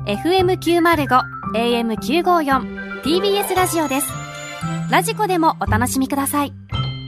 FM905 AM954 TBS ラジオです。ラジコでもお楽しみください。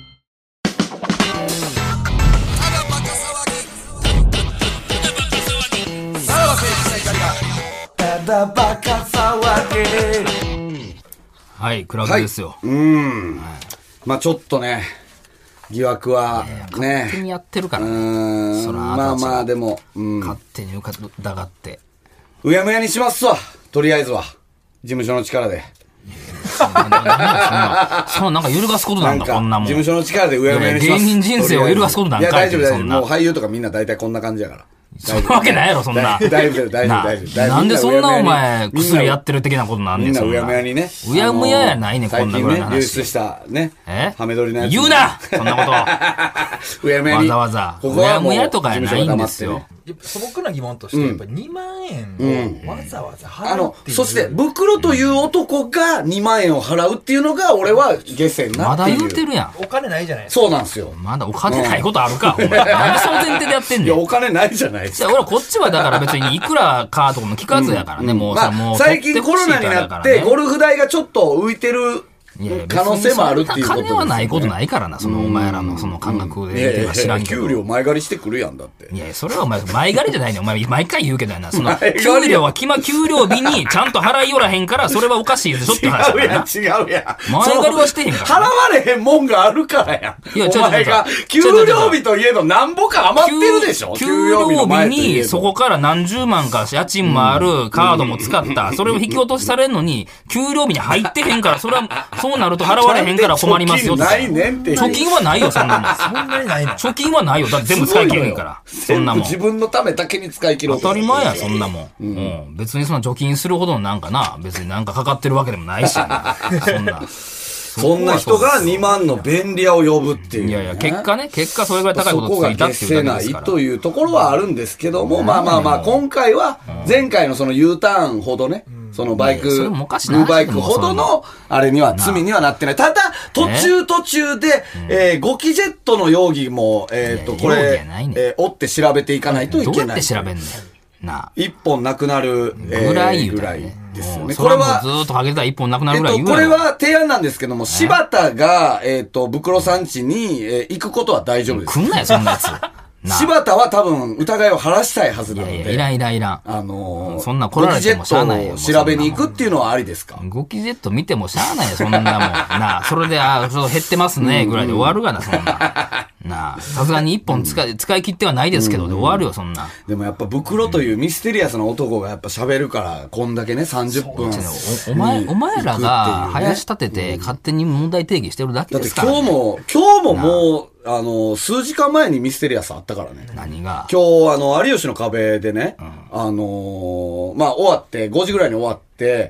はい、クラブですよ。 まあちょっとね、疑惑はね。 勝手にやってるからね。 まあまあでも、 勝手に疑って。 うやむやにしますわ。とりあえずは。事務所の力で。 そんなんか揺るがすことなんだ、こんなもん。 事務所の力でうやむやにします。 芸人人生を揺るがすことなんか。 いや、大丈夫、大丈夫。もう俳優とかみんな大体こんな感じやから。 そんなわけないやろ、そんな。 大丈夫、大丈夫。 なんでそんなお前、薬やってる的なことなんねん、 みんなうやむやにね。 うやむややないね、こんなぐらいの話。 流出したね。ハメ撮りのやつ。 言うなそんなこと。 うやむやに。 わざわざ。うやむやとかやないんですよ。 素朴な疑問として、やっぱり2万円をわざわざ払うっていう。 そして、袋という男が2万円を払うっていうのが、俺は下世なっていう。 まだ言うてるやん。 お金ないじゃないですか。 そうなんですよ。 まだお金ないことあるか、お前。なんでその前提でやってんねん。 いや、お金ないじゃないですか。 俺はこっちはだから別にいくらかとかも聞かずやからね、もうさ、もう。 最近コロナになって、ゴルフ代がちょっと浮いてる。可能性もあるっていうことです、ね。 金はないことないからな、そのお前らのその感覚で見ては知らんけど。 給料前借りしてくるやんだって。 いや、それはお前、前借りじゃないねお前、毎回言うけどやな。その、給料は給料日にちゃんと払いよらへんから、それはおかしいでしょって話だからな。 違うやん。前借りはしてへんから。 払われへんもんがあるからやん。いや、お前が、給料日といえどなんぼか余ってるでしょ給料日に、そこから何十万か家賃もある、カードも使った、それを引き落としされんのに、給料日に入ってへんから、それは、そうなると払われへんから困りますよ。貯金はないよ、そんなもん。 そんなにないの？ 貯金はないよ。だって全部使い切れへんから。そんなもん。 自分のためだけに使い切ろう。 当たり前や、そんなもん。別にそんな貯金するほどのなんかな、別になんかかかってるわけでもないし。 そんな人が2万の便利屋を呼ぶっていう、ね。 いやいや、結果それぐらい高いことついたっていうだけですから。 そこが消せないというところはあるんですけども、まあ、今回は、前回のその U ターンほどね、そのバイク、ルーバイクほどの、あれには、罪にはなってない。ただ、途中で、ゴキジェットの容疑も、これ、追って調べていかないといけない。 どうやって調べんねん。な一本なくなる、 ぐらいですよね。 これは、ずーっとかけたら一本なくなるぐらい言うこれは提案なんですけども、柴田が、ブクロさん家に、行くことは大丈夫です。 来んなよ、そんなやつ。 柴田は多分疑いを晴らしたいはずなので。 いらん。そんな来られてもしゃあないよ。 ゴキジェットを調べに行くっていうのはありですか？ ゴキジェット見てもしゃあないよ、そんなもん。なあ、それで、ちょっと減ってますね、ぐらいで終わるがな、そんな。なあ、さすがに一本使い切ってはないですけど、で終わるよ、そんな。 でもやっぱ袋というミステリアスな男がやっぱ喋るから、こんだけね、30分。 お前らが林立てて勝手に問題定義してるだけですから、ね。 だって今日ももう、数時間前にミステリアスあったからね。 何が？ 今日、有吉の壁でね、終わって、5時ぐらいに終わって、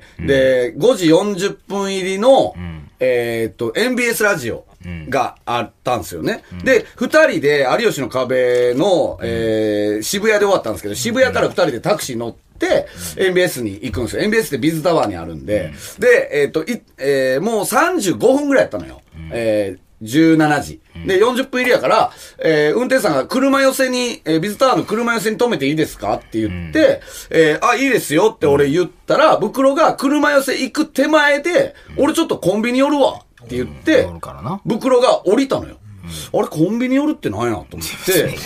で、5時40分入りの、NBS ラジオがあったんですよね。で、二人で有吉の壁の、渋谷で終わったんですけど、渋谷から二人でタクシー乗って、NBS に行くんですよ。NBS ってビズタワーにあるんで、で、もう35分ぐらいやったのよ。17時。で、40分入りやから、運転手さんが車寄せに、ビズタワーの車寄せに止めていいですかって言って、いいですよって俺言ったら、袋が車寄せ行く手前で、俺ちょっとコンビニ寄るわって言って、袋が降りたのよ。あれ、コンビニ寄るって何やと思って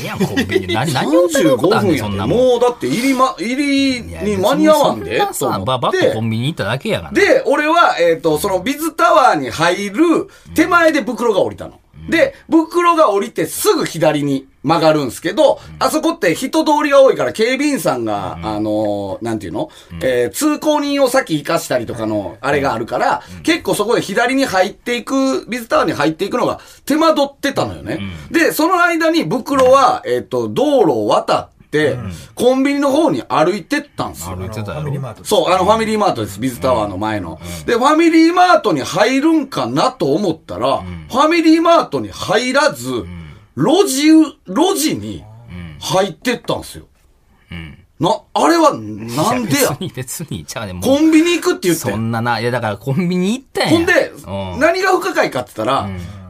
。35分やで。もうだって入りに間に合わんでと思って。 バッとコンビニ行っただけやがな。 で、俺は、そのビズタワーに入る手前で袋が降りたの。で、袋が降りてすぐ左に曲がるんすけど、あそこって人通りが多いから警備員さんが、なんていうの、通行人を先行かしたりとかのあれがあるから、結構そこで左に入っていく、ビズタワーに入っていくのが手間取ってたのよね。で、その間に袋は、道路を渡って、コンビニの方に歩いてったんですよ。 歩いてたよ。 そう、ファミリーマートです。ビズタワーの前の。で、ファミリーマートに入るんかなと思ったら、ファミリーマートに入らず、路地に入ってったんですよ。あれはなんでや別に、じゃあね、もう。 コンビニ行くって言って。 そんなな、いやだからコンビニ行ったんや。 ほんで、何が不可解かって言ったら、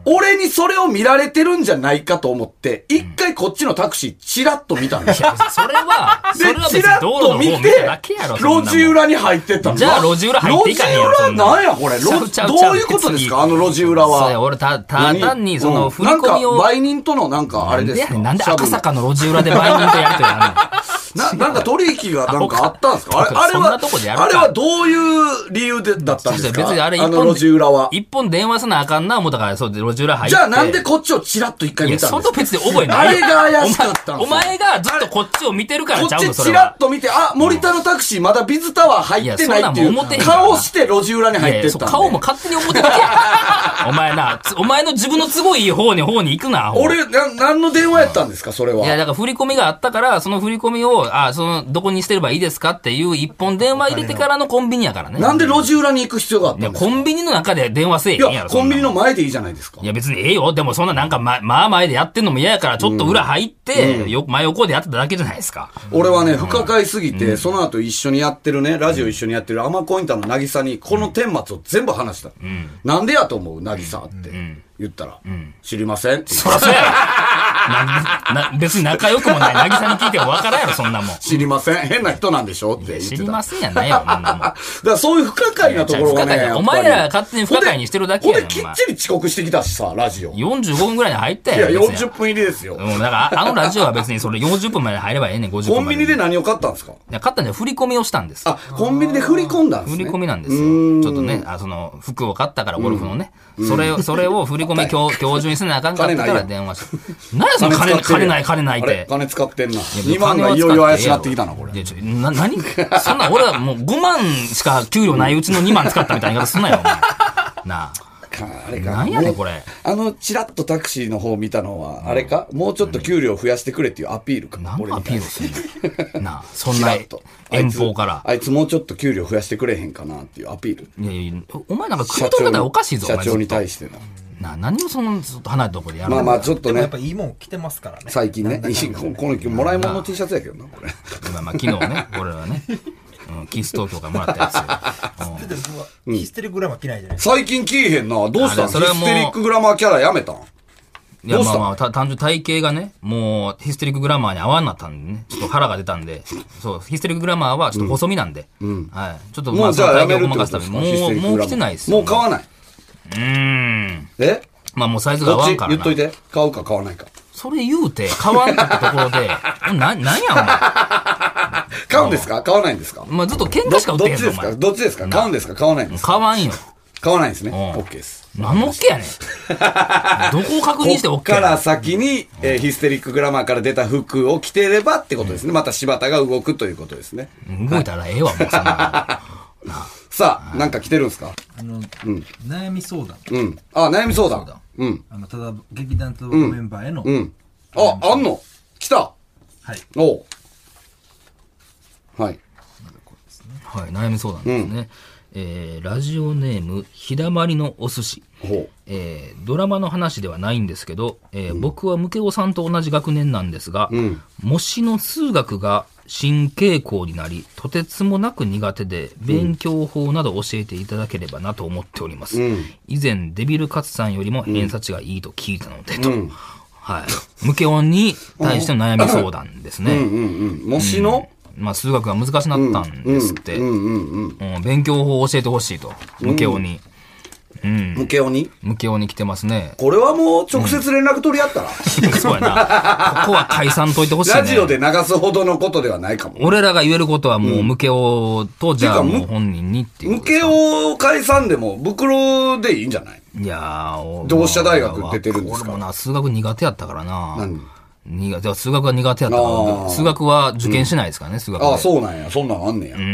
俺にそれを見られてるんじゃないかと思って、一回こっちのタクシーチラッと見たんですよ。 それはチラッと見て、路地裏に入ってったの。 じゃあ路地裏入っていかへんやろ。 路地裏なんやこれ。どういうことですかあの路地裏は。 俺ただ単にその振り込みを。 なんか売人とのなんかあれですか。 なんで赤坂の路地裏で売人とやるとやるのなんか取引がなんかあったんですかあれはどういう理由でだったんですか別にあれの路地裏は。 一本電話せなあかんな思ったから、そうで路地裏入って。 じゃあなんでこっちをチラッと一回見たんですかその別に覚えない。 あれが怪しかったんですお前がずっとこっちを見てるからちゃうのこっちチラッと見て、あ、森田のタクシーまだビズタワー入ってないっていう顔して路地裏に入ってったんで。 顔も勝手に思ってたけお前の自分の都合いい方に行くな。 俺、何の電話やったんですかそれは。 いや、だから振り込みがあったから、その振り込みを、どこにしてればいいですかっていう一本電話入れてからのコンビニやからね。 なんで路地裏に行く必要があったんですかいや、コンビニの中で電話せえへんやろ。 いや、コンビニの前でいいじゃないですか。 いや、別にええよ。でもそんななんか前でやってんのも嫌やから、ちょっと裏入って、真横でやってただけじゃないですか。 俺はね、不可解すぎて、その後一緒にやってるね、ラジオ一緒にやってるアマコインタのなぎさに、この顛末を全部話した。なんでやと思うなぎさって。言ったら、知りませんってそらそうやろ。別に仲良くもないなぎさに聞いても分からんやろ、そんなもん。 知りません。変な人なんでしょって言ってた。 知りませんやないやろ、そんなもん。 だからそういう不可解なところがね。 お前ら勝手に不可解にしてるだけやん。ほんできっちり遅刻してきたしさ、ラジオ。 45分ぐらいに入ったやん。 いや、40分入りですよ。 だからラジオは別にそれ40分まで入ればええねん、50分まで。 コンビニで何を買ったんですかいや、買ったんじゃ振り込みをしたんです。 あ、コンビニで振り込んだんですね。 振り込みなんですよ。ちょっとね、服を買ったからゴルフのね。それを振り込み今日中にせなあかんかったから電話して。何やその金ないって。 金使ってんな。2万がいよいよ怪しなってきたな、これ。 何そんな、俺はもう5万しか給料ないうちの2万使ったみたいな言い方すんなよ、お前。なあ。 あれか。 何やねん、これ。 チラッとタクシーの方見たのは、あれかもうちょっと給料増やしてくれっていうアピールか。 何のアピールすんのなあ、そんな遠方から。 あいつもうちょっと給料増やしてくれへんかなっていうアピール。 いやいや、お前なんか食うとる方おかしいぞ、 社長に対してな。何をずっと離れたところでやるの。まあちょっとね。 やっぱいいもん着てますからね。 最近ね。このもらい物の T シャツやけどな、これ。 昨日ね、俺らね。キス東京からもらったやつヒステリックグラマー着ないじゃないですか。 最近着えへんな。どうしたんヒステリックグラマーキャラやめたんいや、単純体型がね、もうヒステリックグラマーに合わんなったんでね、ちょっと腹が出たんで、そう、ヒステリックグラマーはちょっと細身なんで、はい。ちょっともうじゃあやめるってことですかもう着てないですもう買わない。 まあもうサイズが合わんからな。 言っといて。買うか買わないか。 それ言うて、買わんってところで、なんやお前。 買うんですか買わないんですかまあずっと喧嘩しか売ってへんのお前。 どっちですか買うんですか買わないんですか買わんよ。 買わないんですね。OK です。 何の OK やねん。どこを確認して OK やねん。 こっから先に、ヒステリックグラマーから出た服を着てればってことですね。また柴田が動くということですね。 動いたらええわ、もうそんな。 さあ、なんか来てるんですか悩み相談。 悩み相談。 ただ、劇団とメンバーへの。 あんの来たはい。 おう。はい。 はい、悩み相談ですね。ラジオネーム、ひだまりのお寿司。ドラマの話ではないんですけど、僕はムケオさんと同じ学年なんですが、模試の数学が新傾向になり、とてつもなく苦手で、勉強法など教えていただければなと思っております。以前、デビルカツさんよりも偏差値がいいと聞いたので、と。はい。ムケオンに対しての悩み相談ですね。 模試のまあ、数学が難しなったんですって。勉強法を教えてほしいと。ムケオに。 ムケオにムケオに来てますね。 これはもう直接連絡取り合ったら、 そうやな。ここは解散といてほしいね。 ラジオで流すほどのことではないかも。 俺らが言えることはもうムケオと、じゃあもう本人にっていう。 ムケオ解散でも袋でいいんじゃない？ いやー、 同志社大学出てるんですか？ 俺もな、数学苦手やったからな。数学は苦手やったから、数学は受験しないですからね、数学。 ああ、そうなんや。そんなんあんねや。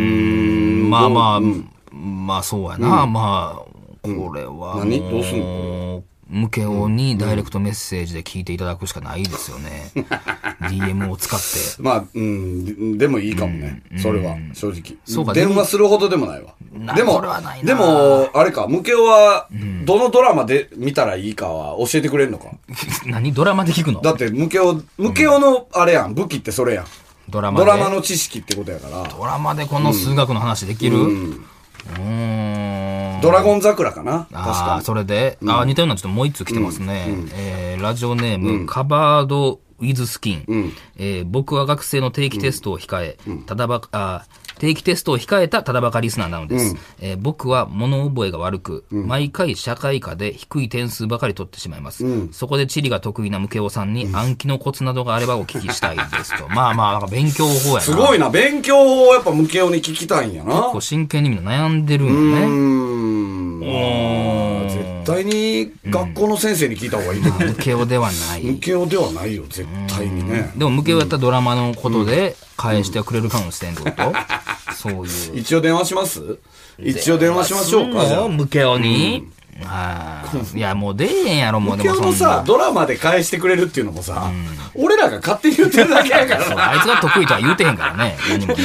まあそうやな。まあ、これは。 何どうすんの？ ムケオにダイレクトメッセージで聞いていただくしかないですよね。DM を使って。 まあ、でもいいかもね。それは、正直。そうか。電話するほどでもないわ。でも、あれか、ムケオは、どのドラマで見たらいいかは教えてくれんのか。 何ドラマで聞くの？ だって、ムケオの、あれやん、武器ってそれやん。ドラマの知識ってことやから。 ドラマでこの数学の話できる？ ドラゴン桜かな。確ああ、 かに。 それで、似たようなちょっともう一つ来てますね。ラジオネーム、カバードウィズスキン。僕は学生の定期テストを控え、定期テストを控えたただばかリスナーなのです。僕は物覚えが悪く、毎回社会科で低い点数ばかり取ってしまいます。そこで地理が得意なムケオさんに暗記のコツなどがあればお聞きしたいですと。まあまあ、なんか勉強法やな。 すごいな。勉強をやっぱムケオに聞きたいんやな。 結構真剣にみんな悩んでるんよね。 絶対に学校の先生に聞いた方がいいと思う。 ムケオではない。 ムケオではないよ、絶対にね。 でもムケオやったらドラマのことで返してはくれるかもしれんってことそういう。 一応電話します一応電話しましょうか。じゃあムケオにいや、もう出えへんやろ、もう。 ムケオのさ、ドラマで返してくれるっていうのもさ、俺らが勝手に言ってるだけやからあいつが得意とは言うてへんからね、何もね。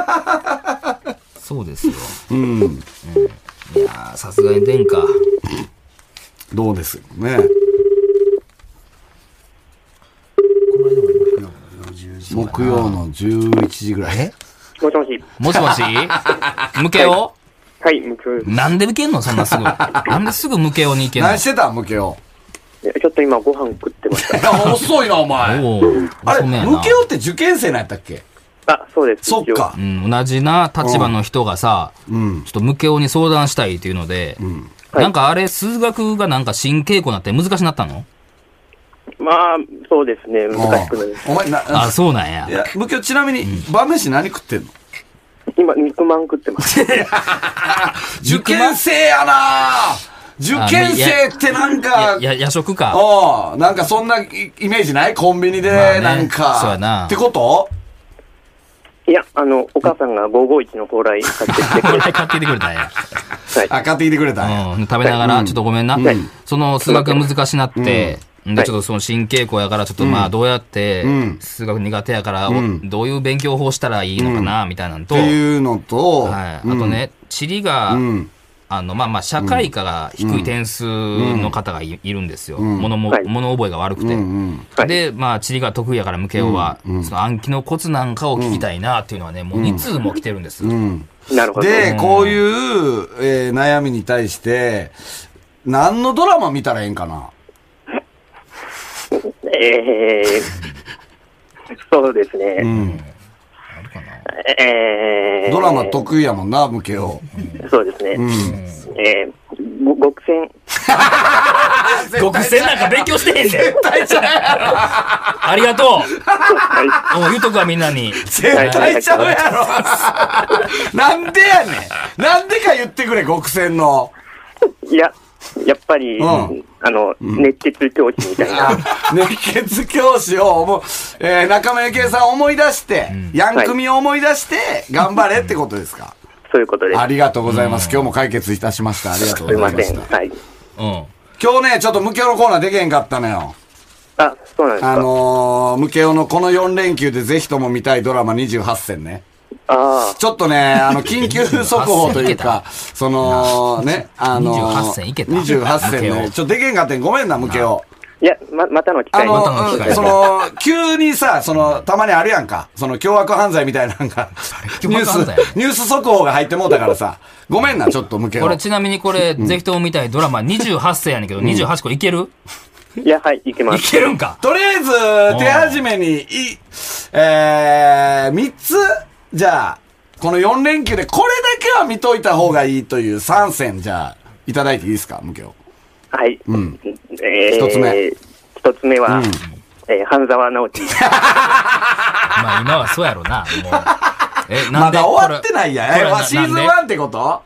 そうですよ。いやさすがに出んか。 どうですよね。木曜の11時ぐらい。 もしもし。 もしもしムケオはい、ムケオ。 なんで受けんのそんなすぐ。なんですぐムケオに行けんの何してたムケオ。 ちょっと今ご飯食ってました。 遅いな、お前。あれ、ムケオって受験生なんやったっけ？ あ、そうです。 そっか。 同じな立場の人がさ、ちょっとムケオに相談したいっていうので、なんかあれ、数学がなんか新傾向になって難しくなったの？ まあ、そうですね。難しくなる。 お前あ、そうなんや。 いや、ムケオちなみに、晩飯何食ってんの？ 今、肉まん食ってます。 受験生やな受験生ってなんか、 夜食か。 なんかそんなイメージないコンビニで、なんか。 そうやな。 ってこと？ いや、お母さんが551の高麗買ってきてくれた。 買ってきてくれたんや。 買ってきてくれたんや。 食べながら、ちょっとごめんな。その数学が難しなって、で、ちょっとその新傾向やから、ちょっとまあどうやって、数学苦手やから、どういう勉強法したらいいのかな、みたいなのと。 っていうのと、 あとね、地理が、まあ、社会科が低い点数の方がいるんですよ。物覚えが悪くて。で、まあ、地理が得意やから、ムケオは、その暗記のコツなんかを聞きたいなっていうのはね、もう2通も来てるんです。 なるほど。 で、こういう、悩みに対して、何のドラマ見たらええんかな？ そうですね。 ドラマ得意やもんな、ムケオ。 そうですね。極戦。 極戦なんか勉強してへんねん。ありがとう。言うとくわ、みんなに。 絶対ちゃうやろ。なんでやねん。なんでか言ってくれ、極戦の。 いや、やっぱり、熱血教師みたいな。 熱血教師を中村ゆきえさんを思い出して、ヤン組を思い出して、頑張れってことですか？ そういうことです。 ありがとうございます。今日も解決いたしました。ありがとうございました。 すいません。はい。 今日ね、ちょっとムケオのコーナーできへんかったのよ。 あ、そうなんですか。 ムケオのこの4連休でぜひとも見たいドラマ28選ね。 ああ。 ちょっとね、緊急速報というか、その、ね、 28選いけた。 28選ね。ちょっとできへんかったんごめんな、ムケオ。 いや、またの機会に。 急にさ、たまにあるやんか。凶悪犯罪みたいなのが、ニュース速報が入ってもうたからさ、ごめんな、ちょっとムケオ。 これちなみにこれ、ぜひとも見たいドラマ28選やねんけど、28個いける？ いや、はい、いけます。 いけるんか。 とりあえず、手始めに、3つ、じゃあ、この4連休でこれだけは見といた方がいいという3選、じゃあ、いただいていいですか、ムケオ。 はい。 一つ目。 一つ目は、半沢直樹。 まあ今はそうやろな。 まだ終わってないやん。シーズン1ってこと？ はい、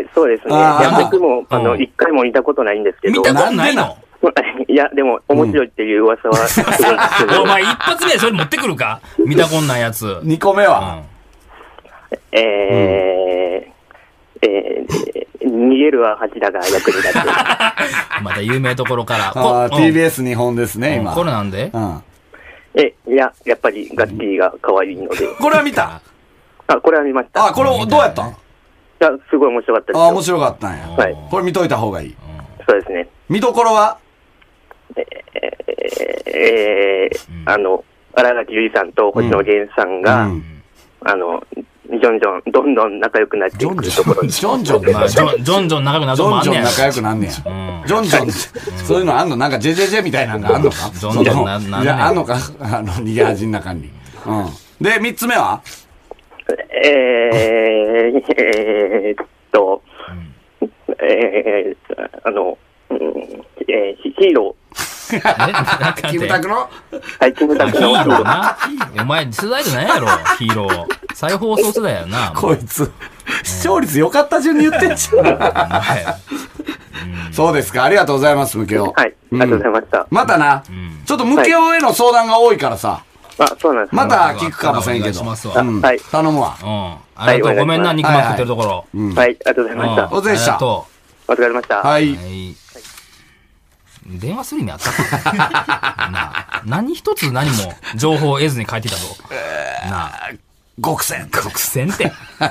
そうですね。いや、僕も、一回も見たことないんですけど。 見たことないの？ いや、でも、面白いっていう噂はすごいですけど。 お前一発目でそれ持ってくるか？見たこんないやつ。 2個目は？ 逃げるは恥だが役に立つ。 また有名どころから。 TBS 日本ですね、今。 これなんで？ いや、やっぱりガッキーが可愛いので。 これは見た？ これは見ました。 これどうやったん？ いや、すごい面白かったです。 面白かったんや。 はい。 これ見といた方がいい。 そうですね。 見どころは？ 新垣結衣さんと星野源さんが、逃ジョンジョン、どんどん仲良くなっていくところに。 ジョンジョンまあ、ジョンジョン仲良くなるとこもあんねや。 仲良くなんねや。ジョンジョン、そういうのあんのなんかジェジェジェみたいなのがあんのかジョンジョンなんねや。 あんのか逃げ恥の中に。で、3つ目はヒーロー。 キムタクのはい、キムタクのヒーローな。お前、世代じゃないやろ、ヒーロー。再放送世代やな。 こいつ、視聴率良かった順に言ってんじゃん。そうですか。ありがとうございます、ムケオ。 はい、ありがとうございました。 またな、ちょっとムケオへの相談が多いからさ。 そうなんです。 また聞くかもしれんけど。 はい。 頼むわ。 ありがとう。ごめんな、肉まん食ってるところ。 はい、ありがとうございました。 お疲れでした。 お疲れ様でした。 はい。 電話する意味あったかなあ、何一つ何も情報を得ずに帰ってたぞ。なあ。 極戦。 極戦って。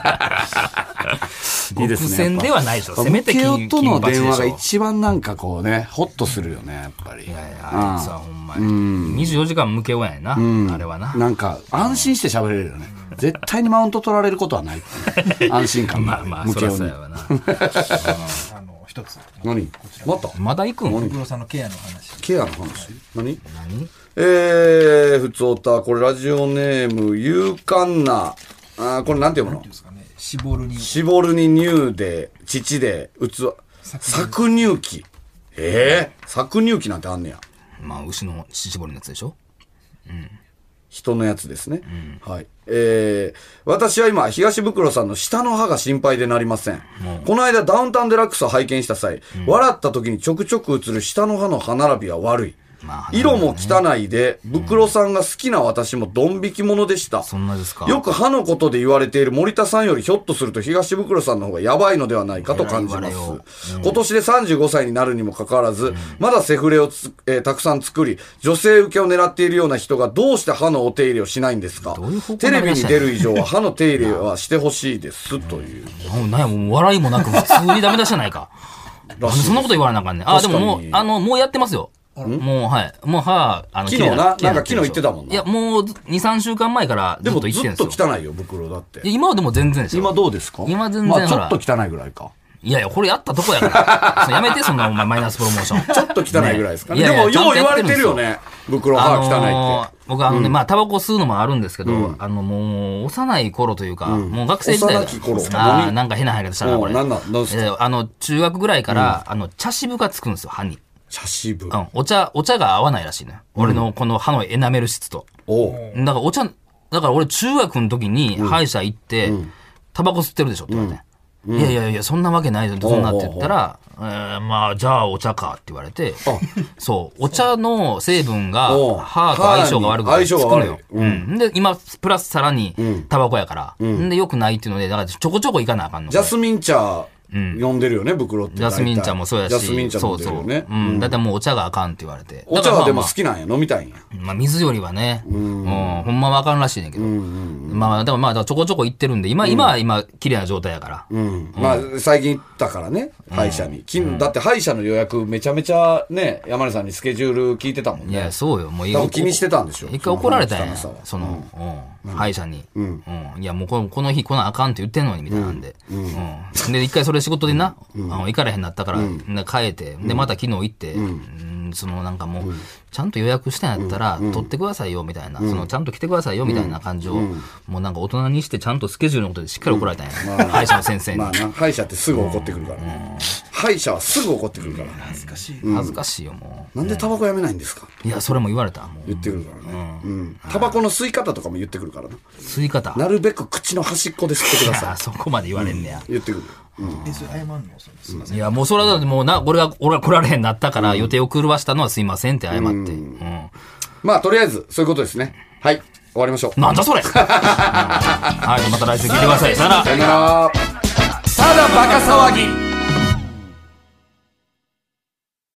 極戦ではないでしょ。せめて金八との電話が一番なんかこうね、ホッとするよね、やっぱり。 いやいや、あいつはほんまに。24時間向けようやねんな。あれはな。 なんか、安心して喋れるよね。絶対にマウント取られることはない。安心感が。 まあ、そらそうやわな。 一つ。 何まだ行くん？ ブクロさんのケアの話。 ケアの話何ふつおた、これラジオネーム、勇敢な、これなんて読むの？ 絞るに。 絞るに乳で、乳で、器、搾乳機。搾乳機なんてあんねや。 まあ、牛の乳搾りのやつでしょ？ 人のやつですね。はい。私は今、東袋さんの下の歯が心配でなりません。この間、ダウンタウンデラックスを拝見した際、笑った時にちょくちょく映る下の歯の歯並びは悪い。色も汚いで、袋さんが好きな私もドン引き者でした。 そんなですか。 よく歯のことで言われている森田さんよりひょっとすると東袋さんの方がやばいのではないかと感じます。今年で35歳になるにもかかわらず、まだセフレをたくさん作り、女性受けを狙っているような人がどうして歯のお手入れをしないんですか？テレビに出る以上は歯の手入れはしてほしいです、という。 なんや、もう笑いもなく普通にダメ出しじゃないか。そんなこと言われなあかんねん。でももう、もうやってますよ。もう、はい。もう歯、 昨日な、なんか昨日言ってたもんな。 いや、もう、2、3週間前からずっと言ってるんですよ。 ずっと汚いよ、袋だって。 今はでも全然ですよ。 今どうですか？ 今全然。 まあ、ちょっと汚いぐらいか。 いやいや、これやったとこやから。やめて、そんなお前マイナスプロモーション。 ちょっと汚いぐらいですかね。でも、よう言われてるよね。袋歯汚いって。 僕まあ、タバコ吸うのもあるんですけど、もう、幼い頃というか、もう学生時代。 幼き頃。 なんか変な生え方したな、これ。中学ぐらいから、茶渋がつくんですよ、歯に。 茶渋。 お茶が合わないらしいね。俺のこの歯のエナメル質と。だから俺中学の時に歯医者行って、タバコ吸ってるでしょって言われて。いや、そんなわけないぞ、そんなって言ったら、まあ、じゃあお茶かって言われて、そう、お茶の成分が歯と相性が悪くてつくのよ。で、今、プラスさらにタバコやから。で、良くないっていうので、だからちょこちょこ行かなあかんの。 ジャスミン茶。飲んでるよね、袋って。 ジャスミン茶もそうやし。 ジャスミン茶飲んでるよね。 だいたいもうお茶があかんって言われて。 お茶はでも好きなんや、飲みたいんや。 まあ水よりはね、ほんまはあかんらしいねんけど。まあ、だからちょこちょこ行ってるんで、今は綺麗な状態やから。 まあ、最近行ったからね、歯医者に。だって歯医者の予約めちゃめちゃね、山根さんにスケジュール聞いてたもんね。 いや、そうよ。もう多分気にしてたんでしょ。 一回怒られたんや。その、歯医者に。いや、もうこの日来なあかんって言ってんのに、みたいなんで。で、一回それ仕事でな、行かれへんなったから、変えて、で、また昨日行って、なんかもう、ちゃんと予約したんやったら、取ってくださいよ、みたいな。ちゃんと来てくださいよ、みたいな感じを、もうなんか大人にしてちゃんとスケジュールのことでしっかり怒られたんや。歯医者の先生に。 まあな、歯医者ってすぐ怒ってくるからね。歯医者はすぐ怒ってくるから。 恥ずかしい。 恥ずかしいよ、もう。なんでタバコやめないんですか？ いや、それも言われた。 言ってくるからね。タバコの吸い方とかも言ってくるからな。 吸い方？ なるべく口の端っこで吸ってください。 そこまで言われんねや。 言ってくる。 それ謝んの？ いや、もうそれはもうな、俺は来られへんなったから予定を狂わしたのはすいませんって謝って。 まあ、とりあえず、そういうことですね。はい。終わりましょう。 なんだそれはい、また来週聞いてください。さよなら。 さよなら。ただバカ騒ぎ。